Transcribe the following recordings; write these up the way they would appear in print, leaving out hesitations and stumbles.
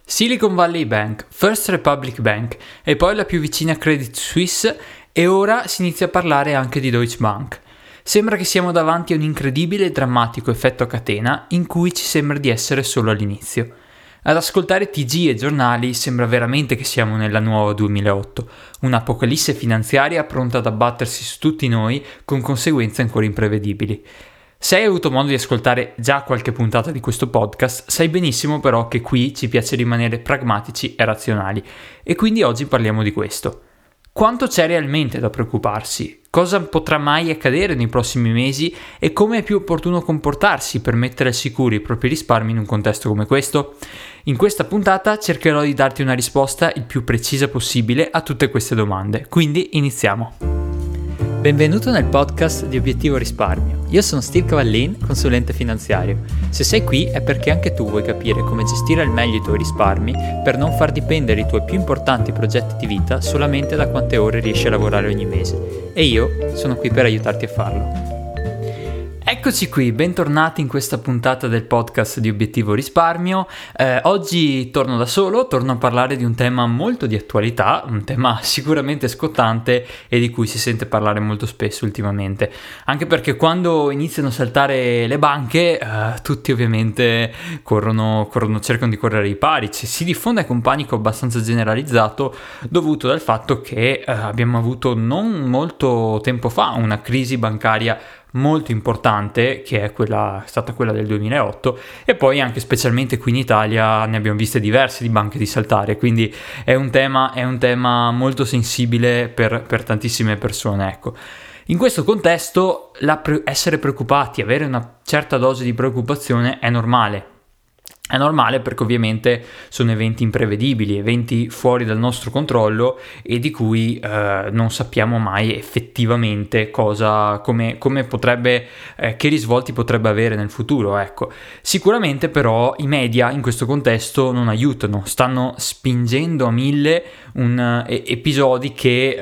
Silicon Valley Bank, First Republic Bank e poi la più vicina Credit Suisse e ora si inizia a parlare anche di Deutsche Bank. Sembra che siamo davanti a un incredibile e drammatico effetto a catena in cui ci sembra di essere solo all'inizio. Ad ascoltare TG e giornali sembra veramente che siamo nella nuova 2008, un'apocalisse finanziaria pronta ad abbattersi su tutti noi con conseguenze ancora imprevedibili. Se hai avuto modo di ascoltare già qualche puntata di questo podcast, sai benissimo però che qui ci piace rimanere pragmatici e razionali, e quindi oggi parliamo di questo. Quanto c'è realmente da preoccuparsi? Cosa potrà mai accadere nei prossimi mesi e come è più opportuno comportarsi per mettere al sicuro i propri risparmi in un contesto come questo? In questa puntata cercherò di darti una risposta il più precisa possibile a tutte queste domande, quindi iniziamo. Benvenuto nel podcast di Obiettivo Risparmio. Io sono Steve Cavallin, consulente finanziario. Se sei qui è perché anche tu vuoi capire come gestire al meglio i tuoi risparmi per non far dipendere i tuoi più importanti progetti di vita solamente da quante ore riesci a lavorare ogni mese. E io sono qui per aiutarti a farlo. Eccoci qui, bentornati in questa puntata del podcast di Obiettivo Risparmio. Oggi torno da solo, torno a parlare di un tema molto di attualità, un tema sicuramente scottante e di cui si sente parlare molto spesso ultimamente. Anche perché quando iniziano a saltare le banche, tutti ovviamente cercano di correre ai pari. Si diffonde anche un panico abbastanza generalizzato dovuto dal fatto che abbiamo avuto non molto tempo fa una crisi bancaria molto importante, che è stata quella del 2008, e poi anche specialmente qui in Italia ne abbiamo viste diverse di banche di saltare, quindi è un tema molto sensibile per tantissime persone, ecco. In questo contesto essere preoccupati, avere una certa dose di preoccupazione è normale. È normale perché ovviamente sono eventi imprevedibili, eventi fuori dal nostro controllo e di cui non sappiamo mai effettivamente come potrebbe, che risvolti potrebbe avere nel futuro, ecco. Sicuramente però i media in questo contesto non aiutano, stanno spingendo a mille episodi che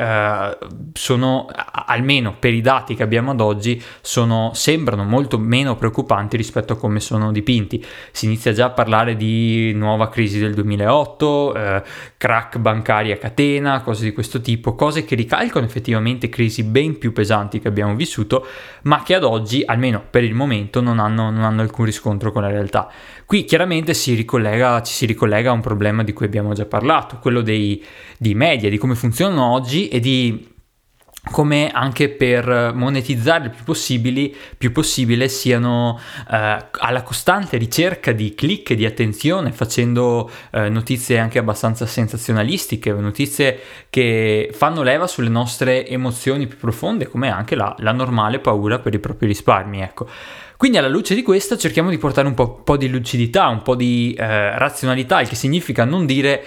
sono, almeno per i dati che abbiamo ad oggi, sembrano molto meno preoccupanti rispetto a come sono dipinti. Si inizia già a parlare di nuova crisi del 2008, crack bancari a catena, cose di questo tipo, cose che ricalcano effettivamente crisi ben più pesanti che abbiamo vissuto, ma che ad oggi, almeno per il momento, non hanno alcun riscontro con la realtà. Qui chiaramente ci si ricollega a un problema di cui abbiamo già parlato, quello dei media, di come funzionano oggi e di come anche per monetizzare il più possibile siano alla costante ricerca di click e di attenzione, facendo notizie anche abbastanza sensazionalistiche, notizie che fanno leva sulle nostre emozioni più profonde, come anche la normale paura per i propri risparmi, ecco. Quindi alla luce di questo cerchiamo di portare un po' di lucidità, un po' di razionalità, il che significa non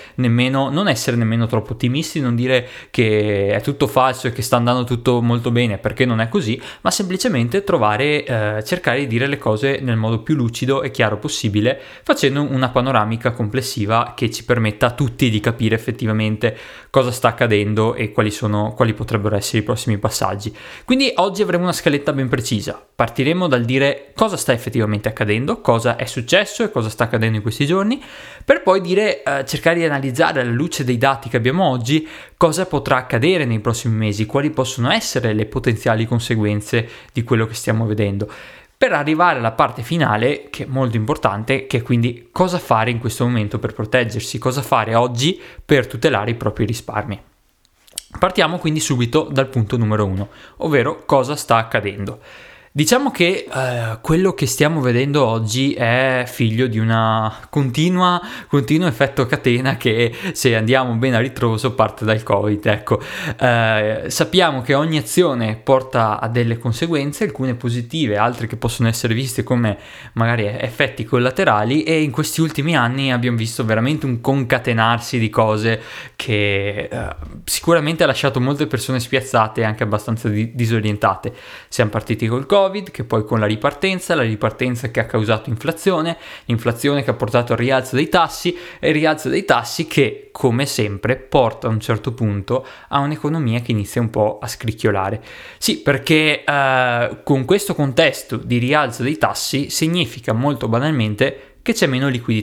essere nemmeno troppo ottimisti, non dire che è tutto falso e che sta andando tutto molto bene, perché non è così, ma semplicemente cercare di dire le cose nel modo più lucido e chiaro possibile, facendo una panoramica complessiva che ci permetta a tutti di capire effettivamente cosa sta accadendo e quali potrebbero essere i prossimi passaggi. Quindi oggi avremo una scaletta ben precisa. Partiremo dal dire cosa sta effettivamente accadendo, cosa è successo e cosa sta accadendo in questi giorni, per poi cercare di analizzare alla luce dei dati che abbiamo oggi cosa potrà accadere nei prossimi mesi, quali possono essere le potenziali conseguenze di quello che stiamo vedendo, per arrivare alla parte finale, che è molto importante, che è quindi cosa fare in questo momento per proteggersi, cosa fare oggi per tutelare i propri risparmi. Partiamo quindi subito dal punto numero 1, ovvero cosa sta accadendo. Diciamo che quello che stiamo vedendo oggi è figlio di una continuo effetto catena che, se andiamo ben a ritroso, parte dal Covid. Ecco, sappiamo che ogni azione porta a delle conseguenze, alcune positive, altre che possono essere viste come magari effetti collaterali, e in questi ultimi anni abbiamo visto veramente un concatenarsi di cose che sicuramente ha lasciato molte persone spiazzate e anche abbastanza disorientate. Siamo partiti col Covid, che poi con la ripartenza che ha causato l'inflazione che ha portato al rialzo dei tassi, e il rialzo dei tassi che, come sempre, porta a un certo punto a un'economia che inizia un po' a scricchiolare. Sì, perché con questo contesto di rialzo dei tassi significa molto banalmente che c'è meno liquidità.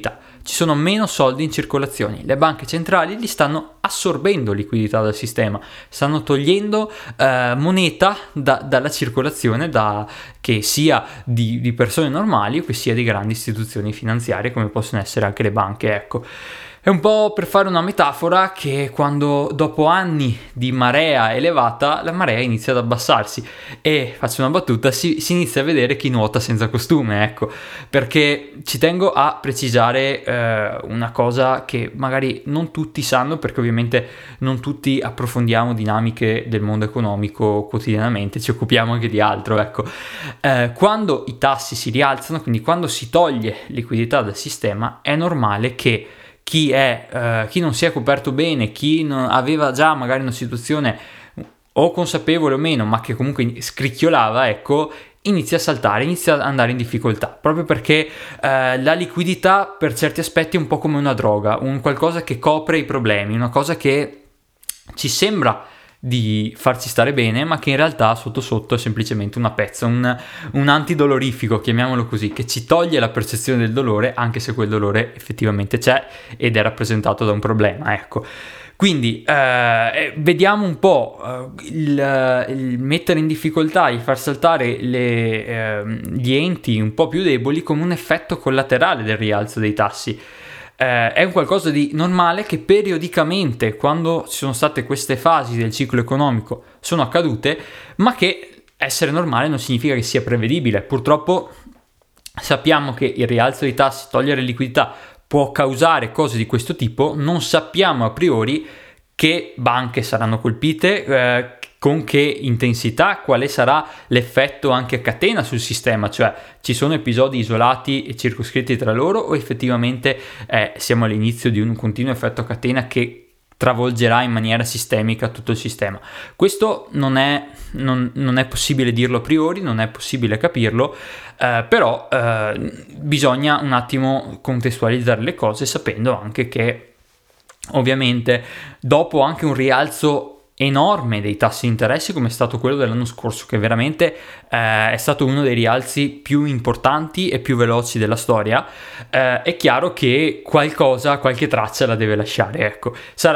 ci sono meno soldi in circolazione. Le banche centrali li stanno assorbendo liquidità dal sistema, stanno togliendo moneta dalla circolazione, che sia di persone normali o che sia di grandi istituzioni finanziarie come possono essere anche le banche, ecco. È un po' per fare una metafora che quando dopo anni di marea elevata la marea inizia ad abbassarsi e, faccio una battuta, si inizia a vedere chi nuota senza costume, ecco, perché ci tengo a precisare una cosa che magari non tutti sanno, perché ovviamente non tutti approfondiamo dinamiche del mondo economico quotidianamente, ci occupiamo anche di altro, ecco. Quando i tassi si rialzano, quindi quando si toglie liquidità dal sistema, è normale che chi non si è coperto bene, chi non aveva già magari una situazione o consapevole o meno, ma che comunque scricchiolava, ecco, inizia a saltare, inizia ad andare in difficoltà, proprio perché la liquidità per certi aspetti è un po' come una droga, un qualcosa che copre i problemi, una cosa che ci sembra di farci stare bene, ma che in realtà sotto sotto è semplicemente una pezza, un antidolorifico, chiamiamolo così, che ci toglie la percezione del dolore, anche se quel dolore effettivamente c'è ed è rappresentato da un problema, ecco. Quindi vediamo un po' il mettere in difficoltà, il far saltare gli enti un po' più deboli come un effetto collaterale del rialzo dei tassi. È un qualcosa di normale che periodicamente, quando ci sono state queste fasi del ciclo economico, sono accadute, ma che essere normale non significa che sia prevedibile. Purtroppo sappiamo che il rialzo dei tassi, togliere liquidità, può causare cose di questo tipo. Non sappiamo a priori che banche saranno colpite, con che intensità, quale sarà l'effetto anche a catena sul sistema, cioè ci sono episodi isolati e circoscritti tra loro o effettivamente siamo all'inizio di un continuo effetto a catena che travolgerà in maniera sistemica tutto il sistema. Questo non è possibile dirlo a priori, non è possibile capirlo, però bisogna un attimo contestualizzare le cose sapendo anche che ovviamente dopo anche un rialzo enorme dei tassi di interessi come è stato quello dell'anno scorso, che veramente è stato uno dei rialzi più importanti e più veloci della storia, è chiaro che qualche traccia la deve lasciare, ecco.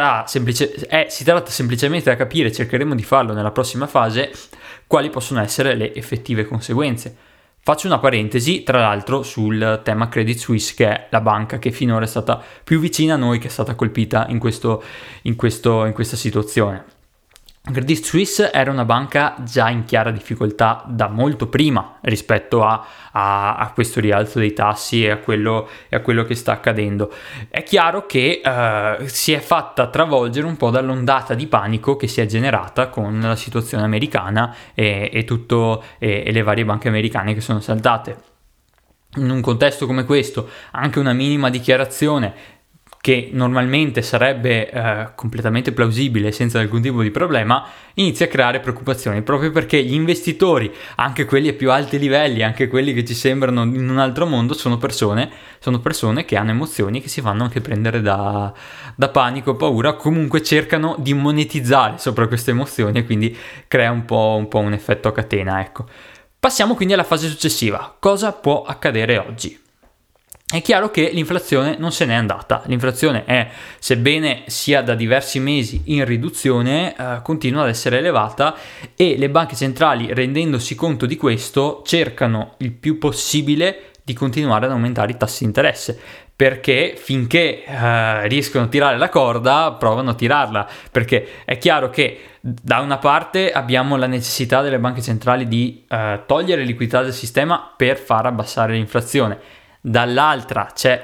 Si tratta semplicemente da capire, cercheremo di farlo nella prossima fase, quali possono essere le effettive conseguenze. Faccio una parentesi, tra l'altro, sul tema Credit Suisse, che è la banca che finora è stata più vicina a noi, che è stata colpita in questa situazione. Credit Suisse era una banca già in chiara difficoltà da molto prima rispetto a questo rialzo dei tassi e a quello che sta accadendo. È chiaro che si è fatta travolgere un po' dall'ondata di panico che si è generata con la situazione americana e le varie banche americane che sono saltate. In un contesto come questo, anche una minima dichiarazione che normalmente sarebbe completamente plausibile senza alcun tipo di problema, inizia a creare preoccupazioni, proprio perché gli investitori, anche quelli a più alti livelli, anche quelli che ci sembrano in un altro mondo, sono persone che hanno emozioni, che si fanno anche prendere da panico, paura, comunque cercano di monetizzare sopra queste emozioni e quindi crea un po' un effetto a catena, ecco. Passiamo quindi alla fase successiva. Cosa può accadere oggi? È chiaro che l'inflazione non se n'è andata. L'inflazione è, sebbene sia da diversi mesi in riduzione, continua ad essere elevata e le banche centrali, rendendosi conto di questo, cercano il più possibile di continuare ad aumentare i tassi di interesse, perché finché riescono a tirare la corda provano a tirarla, perché è chiaro che da una parte abbiamo la necessità delle banche centrali di togliere liquidità dal sistema per far abbassare l'inflazione. Dall'altra c'è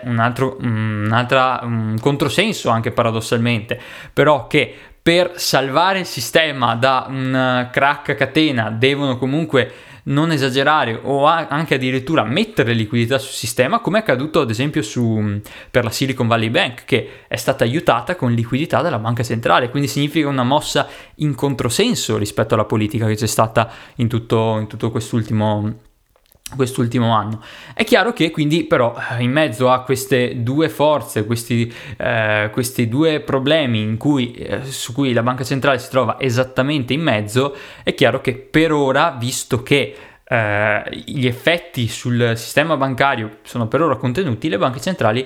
un controsenso anche paradossalmente, però che per salvare il sistema da un crack a catena devono comunque non esagerare o anche addirittura mettere liquidità sul sistema, come è accaduto ad esempio per la Silicon Valley Bank, che è stata aiutata con liquidità dalla banca centrale, quindi significa una mossa in controsenso rispetto alla politica che c'è stata in tutto quest'ultimo anno. È chiaro che quindi però in mezzo a queste due forze, questi due problemi su cui la banca centrale si trova esattamente in mezzo, è chiaro che per ora, visto che gli effetti sul sistema bancario sono per ora contenuti, le banche centrali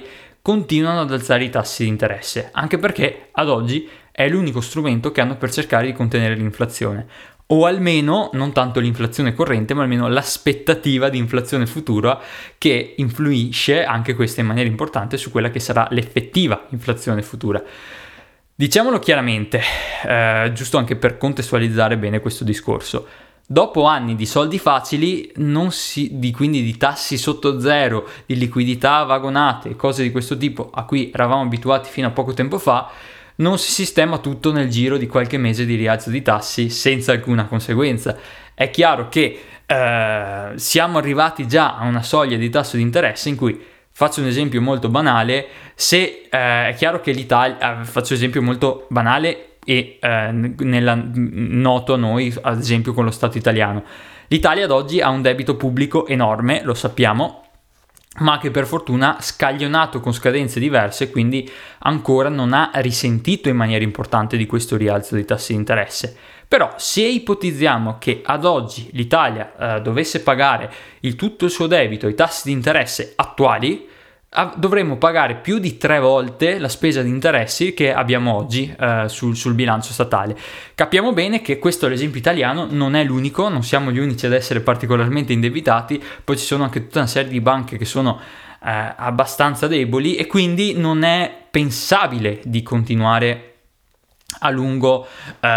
continuano ad alzare i tassi di interesse, anche perché ad oggi è l'unico strumento che hanno per cercare di contenere l'inflazione, o almeno non tanto l'inflazione corrente, ma almeno l'aspettativa di inflazione futura, che influisce anche questa in maniera importante su quella che sarà l'effettiva inflazione futura. Diciamolo chiaramente, giusto anche per contestualizzare bene questo discorso. Dopo anni di soldi facili, quindi di tassi sotto zero, di liquidità vagonate, cose di questo tipo a cui eravamo abituati fino a poco tempo fa, non si sistema tutto nel giro di qualche mese di rialzo di tassi senza alcuna conseguenza. È chiaro che siamo arrivati già a una soglia di tasso di interesse in cui, faccio un esempio molto banale, è chiaro che l'Italia, faccio un esempio molto banale e noto a noi, ad esempio con lo Stato italiano. L'Italia ad oggi ha un debito pubblico enorme, lo sappiamo, ma che per fortuna scaglionato con scadenze diverse, quindi ancora non ha risentito in maniera importante di questo rialzo dei tassi di interesse. Però se ipotizziamo che ad oggi l'Italia dovesse pagare tutto il suo debito, i tassi di interesse attuali, dovremmo pagare più di 3 volte la spesa di interessi che abbiamo oggi sul bilancio statale. Capiamo bene che questo è l'esempio italiano, non è l'unico, non siamo gli unici ad essere particolarmente indebitati, poi ci sono anche tutta una serie di banche che sono abbastanza deboli e quindi non è pensabile di continuare a lungo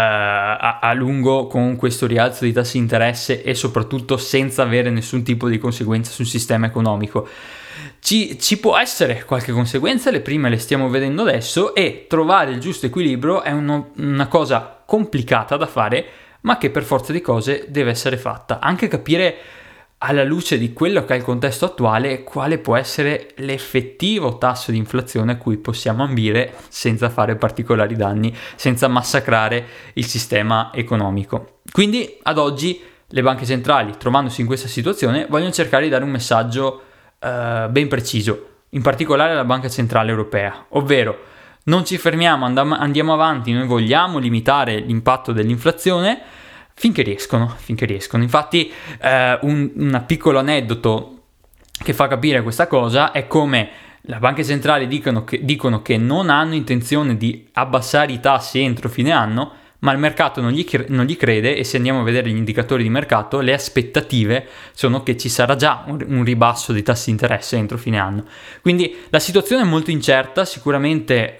con questo rialzo di tassi di interesse e soprattutto senza avere nessun tipo di conseguenza sul sistema economico. Ci può essere qualche conseguenza, le prime le stiamo vedendo adesso, e trovare il giusto equilibrio è una cosa complicata da fare, ma che per forza di cose deve essere fatta. Anche capire, alla luce di quello che è il contesto attuale, quale può essere l'effettivo tasso di inflazione a cui possiamo ambire senza fare particolari danni, senza massacrare il sistema economico. Quindi ad oggi le banche centrali, trovandosi in questa situazione, vogliono cercare di dare un messaggio ben preciso, in particolare la Banca Centrale Europea, ovvero non ci fermiamo, andiamo avanti, noi vogliamo limitare l'impatto dell'inflazione finché riescono. Infatti un piccolo aneddoto che fa capire questa cosa è come le banche centrali dicono che non hanno intenzione di abbassare i tassi entro fine anno, ma il mercato non gli crede, e se andiamo a vedere gli indicatori di mercato, le aspettative sono che ci sarà già un ribasso dei tassi di interesse entro fine anno. Quindi la situazione è molto incerta, sicuramente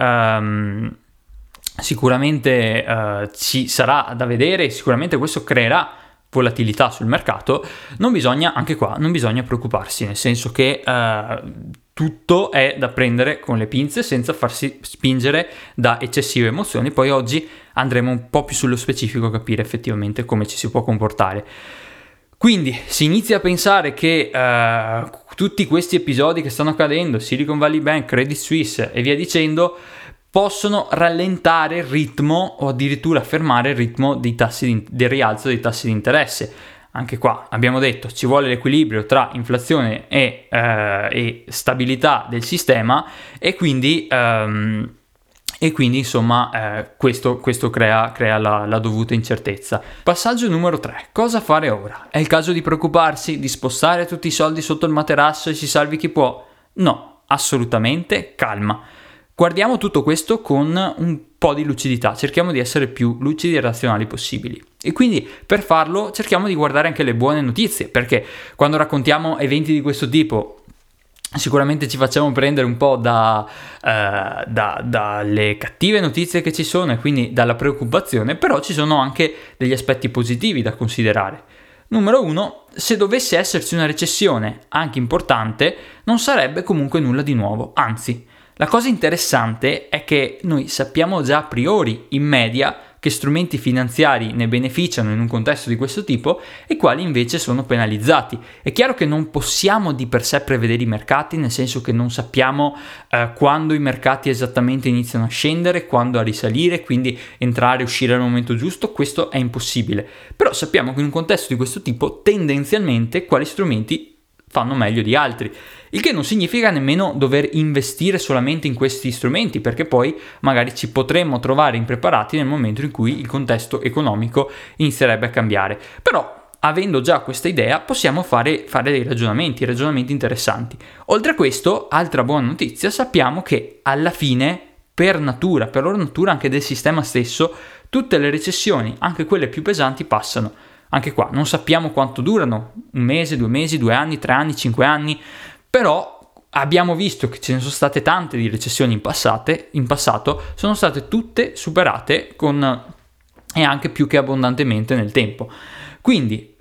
ci sarà da vedere e sicuramente questo creerà volatilità sul mercato. Anche qua non bisogna preoccuparsi, nel senso che tutto è da prendere con le pinze senza farsi spingere da eccessive emozioni. Poi oggi andremo un po' più sullo specifico a capire effettivamente come ci si può comportare. Quindi si inizia a pensare che tutti questi episodi che stanno accadendo, Silicon Valley Bank, Credit Suisse e via dicendo, possono rallentare il ritmo o addirittura fermare il ritmo del rialzo dei tassi di interesse. Anche qua abbiamo detto ci vuole l'equilibrio tra inflazione e stabilità del sistema, e quindi insomma questo crea la dovuta incertezza. Passaggio numero 3. Cosa fare ora? È il caso di preoccuparsi, di spostare tutti i soldi sotto il materasso e si salvi chi può? No, assolutamente calma. Guardiamo tutto questo con un po' di lucidità, cerchiamo di essere più lucidi e razionali possibili. E quindi per farlo cerchiamo di guardare anche le buone notizie, perché quando raccontiamo eventi di questo tipo sicuramente ci facciamo prendere un po' dalle cattive notizie che ci sono e quindi dalla preoccupazione, però ci sono anche degli aspetti positivi da considerare. Numero 1, se dovesse esserci una recessione, anche importante, non sarebbe comunque nulla di nuovo, anzi. La cosa interessante è che noi sappiamo già a priori, in media, che strumenti finanziari ne beneficiano in un contesto di questo tipo e quali invece sono penalizzati. È chiaro che non possiamo di per sé prevedere i mercati, nel senso che non sappiamo quando i mercati esattamente iniziano a scendere, quando a risalire, quindi entrare e uscire al momento giusto, questo è impossibile. Però sappiamo che in un contesto di questo tipo tendenzialmente quali strumenti fanno meglio di altri, il che non significa nemmeno dover investire solamente in questi strumenti, perché poi magari ci potremmo trovare impreparati nel momento in cui il contesto economico inizierebbe a cambiare. Però avendo già questa idea, possiamo fare dei ragionamenti interessanti. Oltre a questo, altra buona notizia, sappiamo che alla fine, per loro natura anche del sistema stesso, tutte le recessioni, anche quelle più pesanti, passano. Anche qua non sappiamo quanto durano, 1 mese, 2 mesi, 2 anni, 3 anni, 5 anni, però abbiamo visto che ce ne sono state tante di recessioni in passato, sono state tutte superate e anche più che abbondantemente nel tempo. Quindi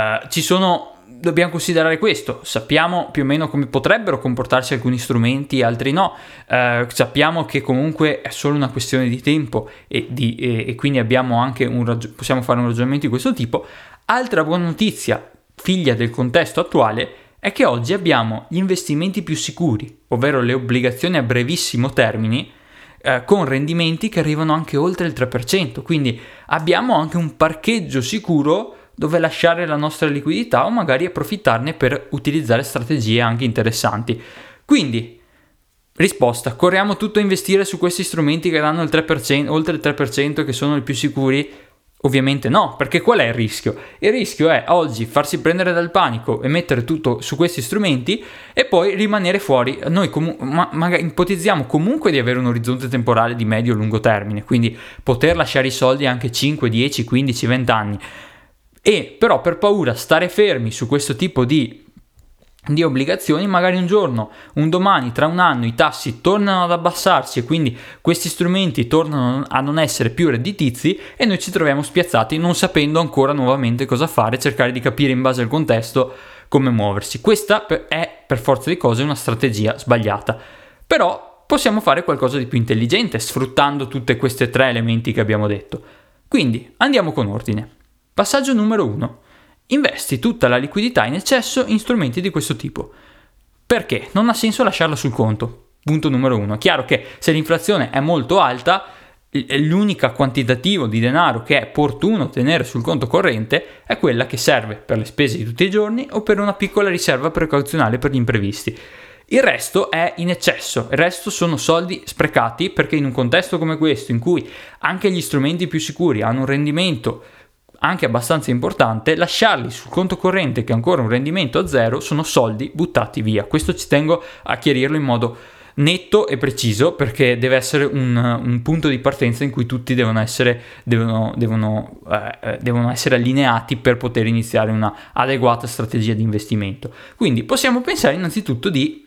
dobbiamo considerare questo, sappiamo più o meno come potrebbero comportarsi alcuni strumenti, altri no, sappiamo che comunque è solo una questione di tempo e quindi abbiamo anche possiamo fare un ragionamento di questo tipo. Altra buona notizia, figlia del contesto attuale, è che oggi abbiamo gli investimenti più sicuri, ovvero le obbligazioni a brevissimo termine, con rendimenti che arrivano anche oltre il 3%, quindi abbiamo anche un parcheggio sicuro dove lasciare la nostra liquidità o magari approfittarne per utilizzare strategie anche interessanti. Quindi, risposta, corriamo tutto a investire su questi strumenti che danno il 3%, oltre il 3%, che sono i più sicuri? Ovviamente no, perché qual è il rischio? Il rischio è oggi farsi prendere dal panico e mettere tutto su questi strumenti e poi rimanere fuori. Noi magari ipotizziamo comunque di avere un orizzonte temporale di medio-lungo termine, quindi poter lasciare i soldi anche 5, 10, 15, 20 anni. E però per paura stare fermi su questo tipo di obbligazioni, magari un domani, tra un anno i tassi tornano ad abbassarsi e quindi questi strumenti tornano a non essere più redditizi e noi ci troviamo spiazzati non sapendo ancora nuovamente cosa fare, cercare di capire in base al contesto come muoversi. Questa è per forza di cose una strategia sbagliata, però possiamo fare qualcosa di più intelligente sfruttando tutti questi 3 elementi che abbiamo detto. Quindi andiamo con ordine. Passaggio numero 1. Investi tutta la liquidità in eccesso in strumenti di questo tipo. Perché? Non ha senso lasciarla sul conto. Punto numero 1. Chiaro che se l'inflazione è molto alta, l'unica quantitativo di denaro che è opportuno tenere sul conto corrente è quella che serve per le spese di tutti i giorni o per una piccola riserva precauzionale per gli imprevisti. Il resto è in eccesso, il resto sono soldi sprecati, perché in un contesto come questo, in cui anche gli strumenti più sicuri hanno un rendimento anche abbastanza importante, lasciarli sul conto corrente che ha ancora un rendimento a 0 sono soldi buttati via. Questo ci tengo a chiarirlo in modo netto e preciso, perché deve essere un punto di partenza in cui tutti devono essere allineati per poter iniziare una adeguata strategia di investimento. Quindi possiamo pensare innanzitutto di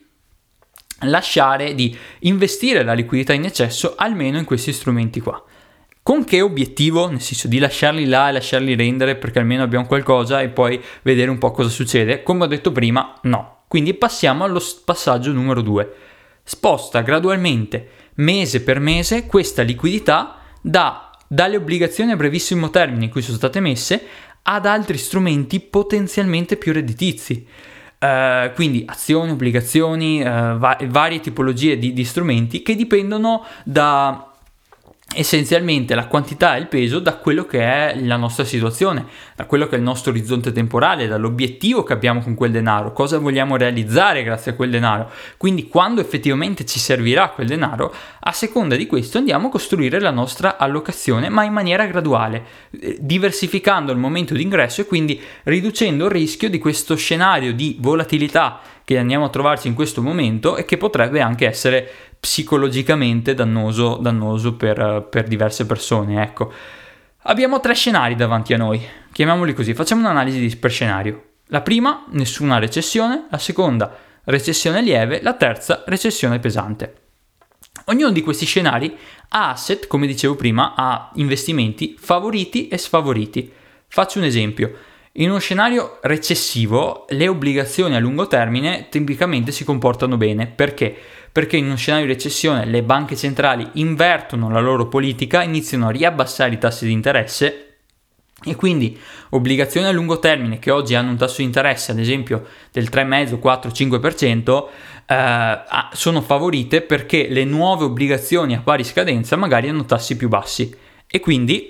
investire la liquidità in eccesso almeno in questi strumenti qua. Con che obiettivo? Nel senso di lasciarli là e lasciarli rendere perché almeno abbiamo qualcosa e poi vedere un po' cosa succede? Come ho detto prima, no. Quindi passiamo allo passaggio numero 2. Sposta gradualmente, mese per mese, questa liquidità dalle obbligazioni a brevissimo termine in cui sono state messe ad altri strumenti potenzialmente più redditizi. Quindi azioni, obbligazioni, varie tipologie di strumenti che dipendono da essenzialmente la quantità e il peso da quello che è la nostra situazione, da quello che è il nostro orizzonte temporale, dall'obiettivo che abbiamo con quel denaro, cosa vogliamo realizzare grazie a quel denaro. Quindi quando effettivamente ci servirà quel denaro, a seconda di questo andiamo a costruire la nostra allocazione, ma in maniera graduale, diversificando il momento di ingresso e quindi riducendo il rischio di questo scenario di volatilità che andiamo a trovarci in questo momento e che potrebbe anche essere psicologicamente dannoso per diverse persone. Ecco, abbiamo 3 scenari davanti a noi, chiamiamoli così, facciamo un'analisi per scenario. La prima, nessuna recessione; la seconda, recessione lieve; la terza, recessione pesante. Ognuno di questi scenari ha asset, come dicevo prima, ha investimenti favoriti e sfavoriti. Faccio un esempio. In uno scenario recessivo, le obbligazioni a lungo termine tipicamente si comportano bene. Perché? Perché in uno scenario di recessione le banche centrali invertono la loro politica, iniziano a riabbassare i tassi di interesse e quindi obbligazioni a lungo termine che oggi hanno un tasso di interesse ad esempio del 3,5, 4, 5%, sono favorite perché le nuove obbligazioni a pari scadenza magari hanno tassi più bassi e quindi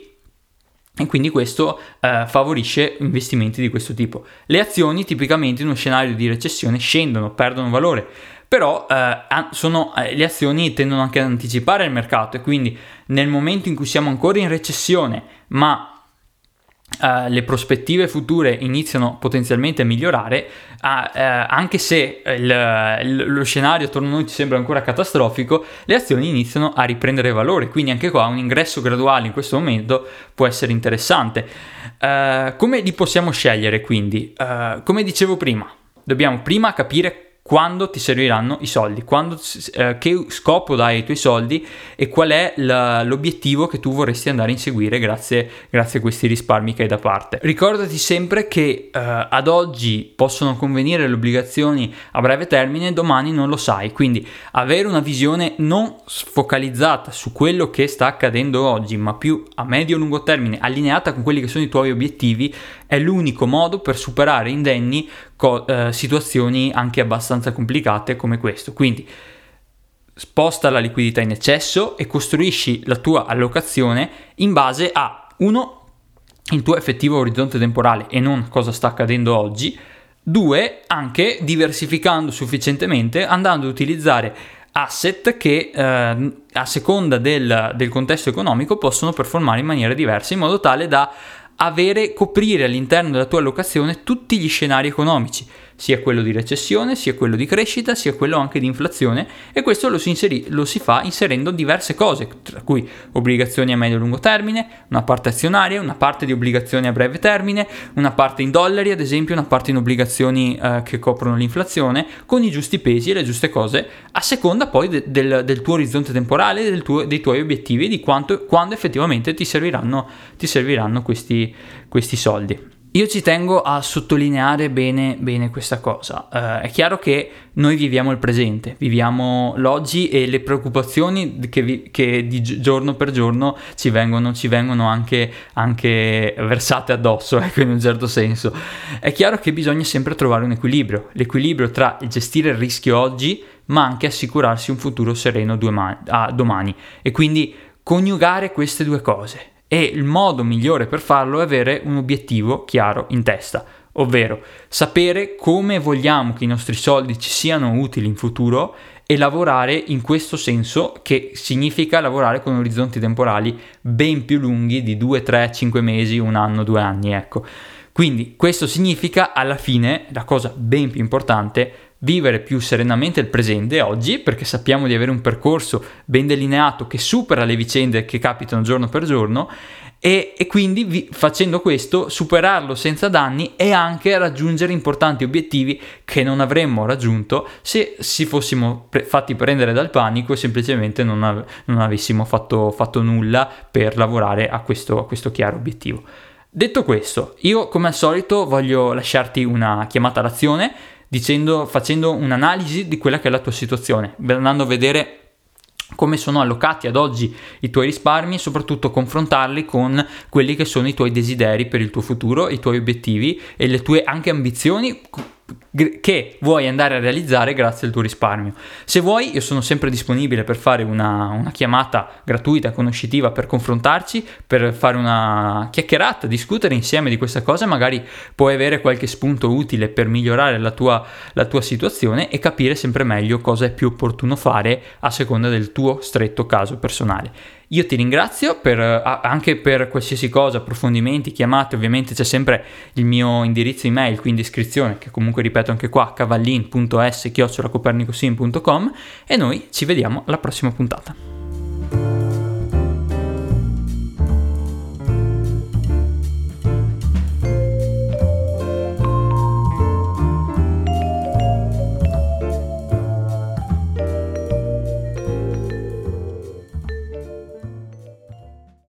questo favorisce investimenti di questo tipo. Le azioni tipicamente in uno scenario di recessione scendono, perdono valore, però le azioni tendono anche ad anticipare il mercato e quindi nel momento in cui siamo ancora in recessione ma le prospettive future iniziano potenzialmente a migliorare, anche se lo scenario attorno a noi ci sembra ancora catastrofico, le azioni iniziano a riprendere valore, quindi anche qua un ingresso graduale in questo momento può essere interessante. Come li possiamo scegliere quindi? Come dicevo prima, dobbiamo prima capire quando ti serviranno i soldi, che scopo dai ai tuoi soldi e qual è l'obiettivo che tu vorresti andare a inseguire grazie a questi risparmi che hai da parte. Ricordati sempre che ad oggi possono convenire le obbligazioni a breve termine, domani non lo sai, quindi avere una visione non focalizzata su quello che sta accadendo oggi, ma più a medio-lungo termine, allineata con quelli che sono i tuoi obiettivi, è l'unico modo per superare indenni situazioni anche abbastanza complicate come questo. Quindi sposta la liquidità in eccesso e costruisci la tua allocazione in base a il tuo effettivo orizzonte temporale e non cosa sta accadendo oggi. 2, anche diversificando sufficientemente, andando ad utilizzare asset che a seconda del contesto economico possono performare in maniera diversa, in modo tale da coprire all'interno della tua allocazione tutti gli scenari economici, sia quello di recessione, sia quello di crescita, sia quello anche di inflazione, e questo lo si fa inserendo diverse cose, tra cui obbligazioni a medio-lungo termine, una parte azionaria, una parte di obbligazioni a breve termine, una parte in dollari ad esempio, una parte in obbligazioni che coprono l'inflazione, con i giusti pesi e le giuste cose, a seconda poi del tuo orizzonte temporale, dei tuoi obiettivi, di quando effettivamente ti serviranno questi soldi. Io ci tengo a sottolineare bene questa cosa. È chiaro che noi viviamo il presente, viviamo l'oggi, e le preoccupazioni che di giorno per giorno ci vengono anche versate addosso, ecco, in un certo senso. È chiaro che bisogna sempre trovare un l'equilibrio tra il gestire il rischio oggi, ma anche assicurarsi un futuro sereno domani, e quindi coniugare queste due cose. E il modo migliore per farlo è avere un obiettivo chiaro in testa, ovvero sapere come vogliamo che i nostri soldi ci siano utili in futuro e lavorare in questo senso, che significa lavorare con orizzonti temporali ben più lunghi di 2, 3, 5 mesi, 1 anno, 2 anni, ecco. Quindi questo significa, alla fine, la cosa ben più importante, vivere più serenamente il presente oggi, perché sappiamo di avere un percorso ben delineato che supera le vicende che capitano giorno per giorno, e quindi facendo questo superarlo senza danni e anche raggiungere importanti obiettivi che non avremmo raggiunto se ci fossimo fatti prendere dal panico e semplicemente non avessimo fatto nulla per lavorare a questo chiaro obiettivo. Detto questo, io come al solito voglio lasciarti una chiamata all'azione facendo un'analisi di quella che è la tua situazione, andando a vedere come sono allocati ad oggi i tuoi risparmi e soprattutto confrontarli con quelli che sono i tuoi desideri per il tuo futuro, i tuoi obiettivi e le tue anche ambizioni che vuoi andare a realizzare grazie al tuo risparmio. Se vuoi, io sono sempre disponibile per fare una chiamata gratuita, conoscitiva, per confrontarci, per fare una chiacchierata, discutere insieme di questa cosa. Magari puoi avere qualche spunto utile per migliorare la tua situazione e capire sempre meglio cosa è più opportuno fare a seconda del tuo stretto caso personale. Io ti ringrazio anche per qualsiasi cosa, approfondimenti, chiamate. Ovviamente c'è sempre il mio indirizzo email qui in descrizione, che comunque ripeto anche qua, cavallin.s@copernicosim.com, e noi ci vediamo alla prossima puntata.